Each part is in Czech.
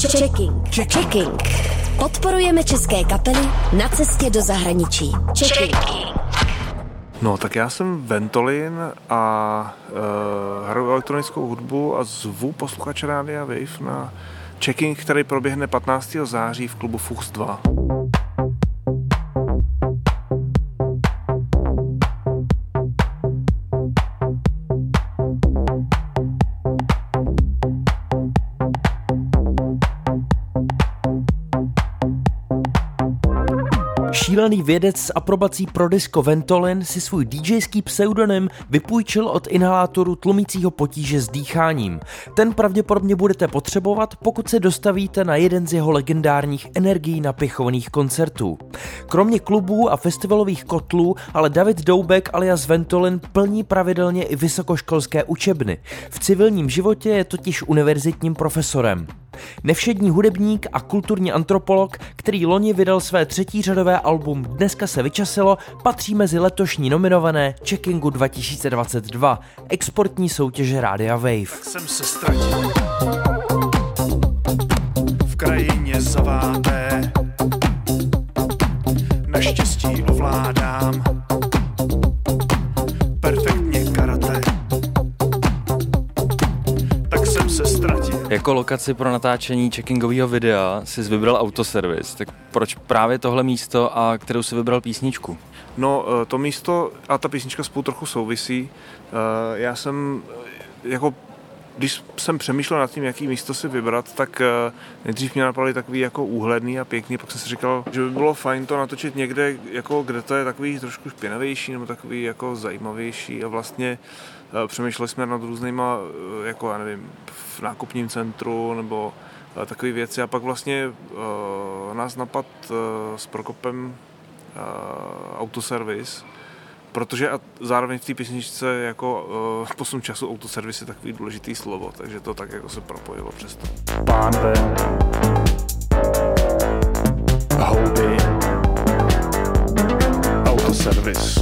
Checking. Podporujeme české kapely na cestě do zahraničí. Checking. No, tak já jsem Ventolin a hraju elektronickou hudbu a zvu posluchače Rádia Wave na checking, který proběhne 15. září v klubu Fuchs 2. Šílený vědec s aprobací pro disco Ventolin si svůj DJský pseudonym vypůjčil od inhalátoru tlumícího potíže s dýcháním. Ten pravděpodobně budete potřebovat, pokud se dostavíte na jeden z jeho legendárních energií napichovaných koncertů. Kromě klubů a festivalových kotlů, ale David Doubek alias Ventolin plní pravidelně i vysokoškolské učebny. V civilním životě je totiž univerzitním profesorem. Nevšední hudebník a kulturní antropolog, který loni vydal své třetířadové album Dneska se vyčasilo, patří mezi letošní nominované Checkingu 2022, exportní soutěže Rádia Wave. Jsem se ztratil v krajině zaváté, naštěstí ovládám perfektně karate, tak jsem se ztratil. Jako lokaci pro natáčení checkingového videa jsi vybral Autoservis, tak proč právě tohle místo a kterou jsi vybral písničku? No, to místo a ta písnička spolu trochu souvisí. Já jsem, když jsem přemýšlel nad tím, jaký místo si vybrat, tak nejdřív mě napadaly takový jako úhledný a pěkný, pak jsem si říkal, že by bylo fajn to natočit někde, jako kde to je takový trošku špinavější nebo takový jako zajímavější a vlastně přemýšleli jsme nad různýma, jako já nevím, v nákupním centru nebo takové věci a pak vlastně nás napad s Prokopem Autoservis, protože a zároveň v té písničce jako posun času autoservis je takový důležitý slovo, takže to tak jako se propojilo přesto. Pánve, houby, Autoservis.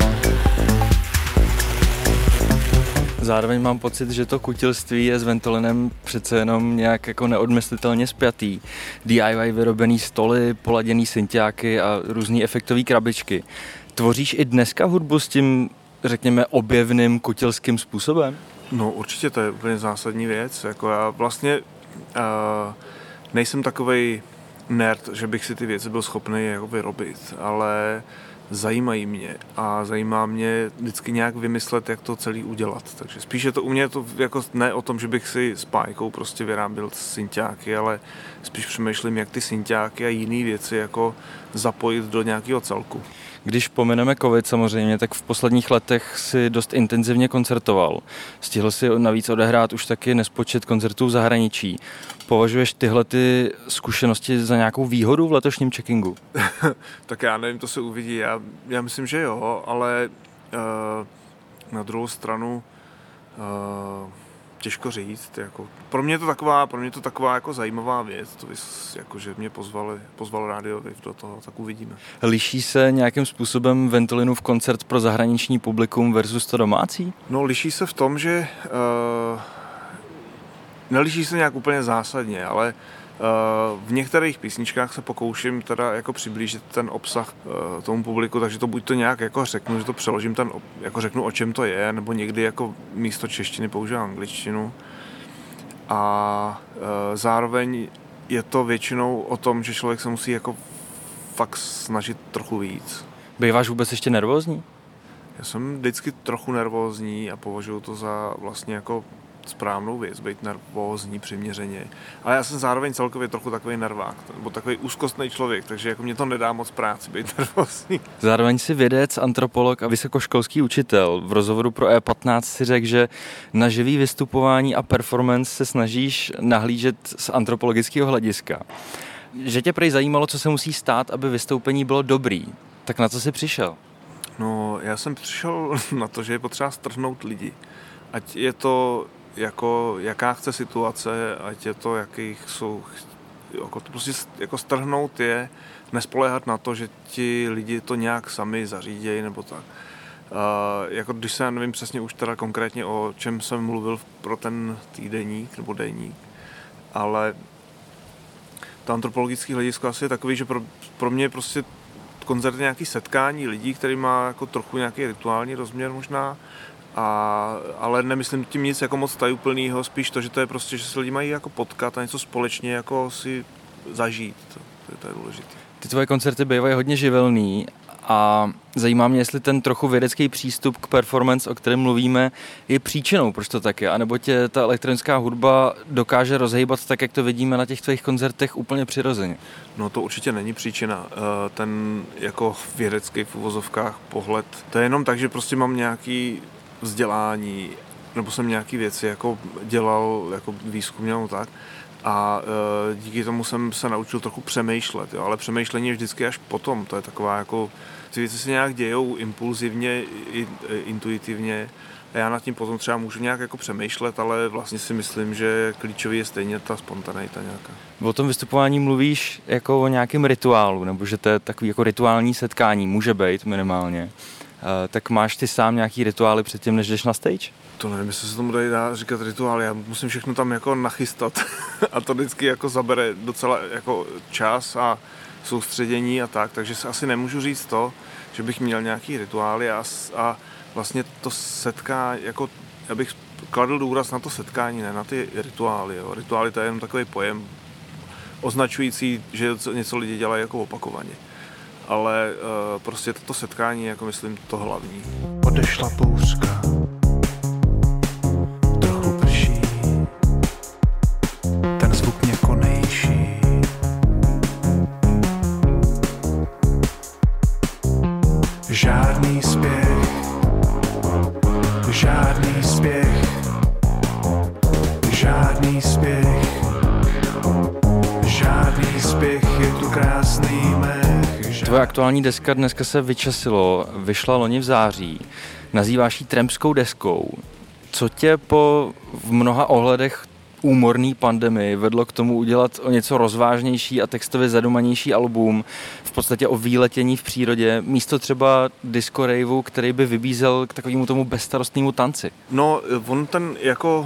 Zároveň mám pocit, že to kutilství je s Ventolinem přece jenom nějak jako neodmyslitelně spjatý. DIY vyrobený stoly, poladěný synťáky a různý efektový krabičky. Tvoříš i dneska hudbu s tím, řekněme, objevným kutilským způsobem? No určitě to je úplně zásadní věc. Jako já vlastně nejsem takovej nerd, že bych si ty věci byl schopný jako vyrobit, ale zajímají mě a zajímá mě vždycky nějak vymyslet, jak to celý udělat. Takže spíš je to u mě to jako ne o tom, že bych si s pájkou prostě vyráběl synťáky, ale spíš přemýšlím, jak ty synťáky a jiné věci jako zapojit do nějakého celku. Když pomineme covid samozřejmě, tak v posledních letech si dost intenzivně koncertoval. Stihl si navíc odehrát už taky nespočet koncertů v zahraničí. Považuješ tyhle ty zkušenosti za nějakou výhodu v letošním checkingu? Tak já nevím, to se uvidí. Já myslím, že jo, ale na druhou stranu těžko říct. Jako, pro mě je to taková jako zajímavá věc, to jako, že mě pozval Rádio Wave do toho, tak uvidíme. Liší se nějakým způsobem Ventolinův koncert pro zahraniční publikum versus to domácí? No, liší se v tom, že neliší se nějak úplně zásadně, ale v některých písničkách se pokouším teda jako přiblížit ten obsah tomu publiku, takže to buď to nějak jako řeknu, že to přeložím jako řeknu, o čem to je, nebo někdy jako místo češtiny používám angličtinu. A zároveň je to většinou o tom, že člověk se musí jako fakt snažit trochu víc. Býváš vůbec ještě nervózní? Já jsem vždycky trochu nervózní a považuji to za vlastně jako správnou věc, být nervózní přiměřeně. Ale já jsem zároveň celkově trochu takový nervák, nebo takový úzkostný člověk, takže jako mě to nedá moc práci být nervózní. Zároveň si vědec, antropolog a vysokoškolský učitel. V rozhovoru pro E15 si řekl, že na živý vystupování a performance se snažíš nahlížet z antropologického hlediska. Že tě prej zajímalo, co se musí stát, aby vystoupení bylo dobrý. Tak na co jsi přišel? No, já jsem přišel na to, že je potřeba strhnout lidi. Ať je to jako jaká chce situace, ať je to jakých jsou, jako to prostě jako strhnout je, nespoléhat na to, že ti lidi to nějak sami zařídějí nebo tak. Jako když se nevím přesně už teda konkrétně o čem jsem mluvil pro ten týdeník nebo deník, ale to antropologické hledisko asi je takový, že pro mě prostě koncert je nějaký setkání lidí, který má jako trochu nějaký rituální rozměr možná, ale nemyslím tím nic jako moc tajuplnýho, spíš to, že to je prostě, že se lidi mají jako potkat a něco společně jako si zažít, to je důležité. Ty tvoje koncerty bývají hodně živelný a zajímá mě, jestli ten trochu vědecký přístup k performance, o kterém mluvíme, je příčinou, proč to tak je, anebo tě ta elektronická hudba dokáže rozhejbat tak, jak to vidíme na těch tvých koncertech úplně přirozeně? No to určitě není příčina. Ten jako vědecký v uvozovkách pohled, to je jenom tak, že prostě mám nějaký vzdělání, nebo jsem nějaký věci jako dělal jako výzkumně tak. A díky tomu jsem se naučil trochu přemýšlet, jo? Ale přemýšlení je vždycky až potom, to je taková jako, ty věci se nějak dějou impulzivně, intuitivně a já nad tím potom třeba můžu nějak jako přemýšlet, ale vlastně si myslím, že klíčový je stejně ta spontaneita nějaká. O tom vystupování mluvíš jako o nějakém rituálu, nebo že to je takový jako rituální setkání, může být minimálně. Tak máš ty sám nějaký rituály předtím, než jdeš na stage? To nevím, jestli se tomu dá říkat rituál, já musím všechno tam jako nachystat a to vždycky jako zabere docela jako čas a soustředění a tak, takže se asi nemůžu říct to, že bych měl nějaký rituály a vlastně to setkání, jako já bych kladl důraz na to setkání, ne na ty rituály. Jo. Rituály to je jenom takový pojem označující, že něco lidi dělají jako opakovaně. Ale prostě toto setkání je, jako myslím, to hlavní. Odešla bouřka, trochu prší, ten zvuk mě konejší. Žádný spěch, žádný spěch, žádný spěch, žádný spěch, je tu krásný mech. Tvoje aktuální deska dneska se vyčasilo, vyšla loni v září, nazýváš ji trampskou deskou. Co tě po v mnoha ohledech úmorný pandemii vedlo k tomu udělat o něco rozvážnější a textově zadumanější album, v podstatě o výletění v přírodě, místo třeba disco raveu, který by vybízel k takovému tomu bezstarostnému tanci? No, on ten jako,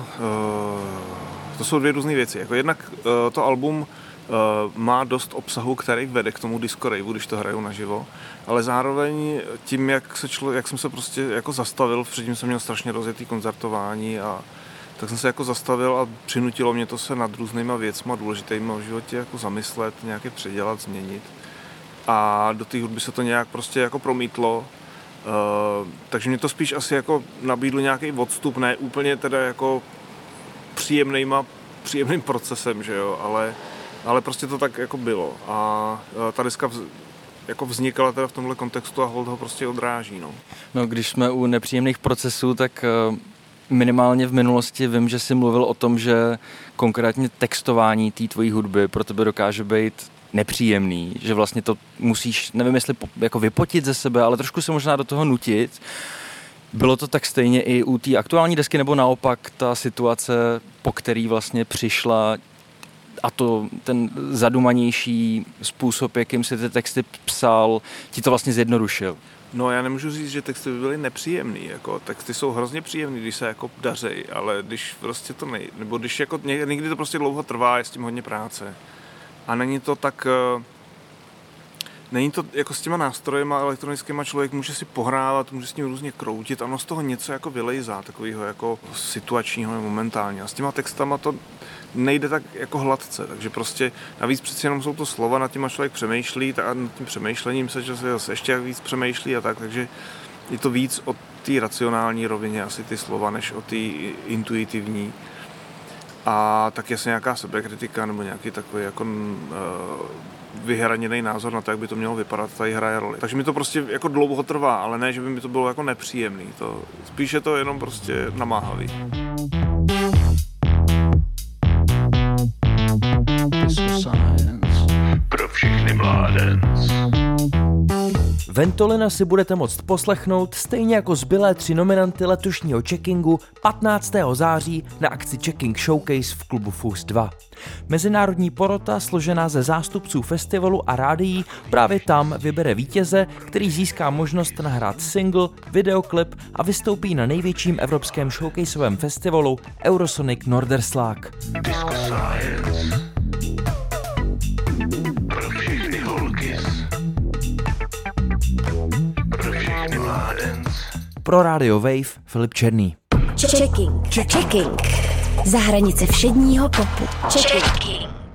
to jsou dvě různé věci. Jako jednak to album má dost obsahu, který vede k tomu disco raveu, když to hrajou naživo, ale zároveň tím, jak jsem se prostě jako zastavil, předtím jsem měl strašně rozjetý koncertování a tak jsem se jako zastavil a přinutilo mě to se nad různýma věcma důležitýma v životě jako zamyslet, nějaké předělat, změnit. A do té hudby se to nějak prostě jako promítlo. Takže mě to spíš asi jako nabídlo nějaký odstup, ne úplně teda jako příjemným procesem, že jo, ale prostě to tak jako bylo. A ta deska jako vznikala teda v tomhle kontextu a hold ho prostě odráží, no. No, když jsme u nepříjemných procesů, tak minimálně v minulosti vím, že jsi mluvil o tom, že konkrétně textování té tvojí hudby pro tebe dokáže být nepříjemný, že vlastně to musíš, nevím jestli jako vypotit ze sebe, ale trošku se možná do toho nutit. Bylo to tak stejně i u té aktuální desky, nebo naopak ta situace, po který vlastně přišla a to ten zadumanější způsob, jakým si ty texty psal, ti to vlastně zjednodušil? No, já nemůžu říct, že texty by byly nepříjemný, jako texty jsou hrozně příjemný, když se jako dařejí, ale když prostě to nebo když jako někdy to prostě dlouho trvá, je s tím hodně práce. A není to tak, není to jako s těma nástrojema elektronickýma, člověk může si pohrávat, může s ním různě kroutit a ono z toho něco jako vylejzá, takového jako situačního momentálně. A s těma textama to nejde tak jako hladce, takže prostě navíc přeci jenom jsou to slova, nad těma člověk přemýšlí a nad tím přemýšlením se ještě víc přemýšlí a tak, takže je to víc o té racionální rovině asi ty slova, než o té intuitivní. A tak jasně nějaká sebekritika nebo nějaký takový jako vyhraněný názor na to, jak by to mělo vypadat, tady hraje roli. Takže mi to prostě jako dlouho trvá, ale ne, že by mi to bylo jako nepříjemný. Spíš je to jenom prostě namáhavý. Pro všechny mládenc. Ventolina si budete moct poslechnout stejně jako zbylé 3 nominanty letošního checkingu 15. září na akci Checking Showcase v klubu FUS 2. Mezinárodní porota složená ze zástupců festivalu a rádií právě tam vybere vítěze, který získá možnost nahrát single, videoklip a vystoupí na největším evropském showcaseovém festivalu Eurosonic Norderslag. Disco Science. Pro Radio Wave Filip Černý. Checking. Za hranice všedního popu. Checking.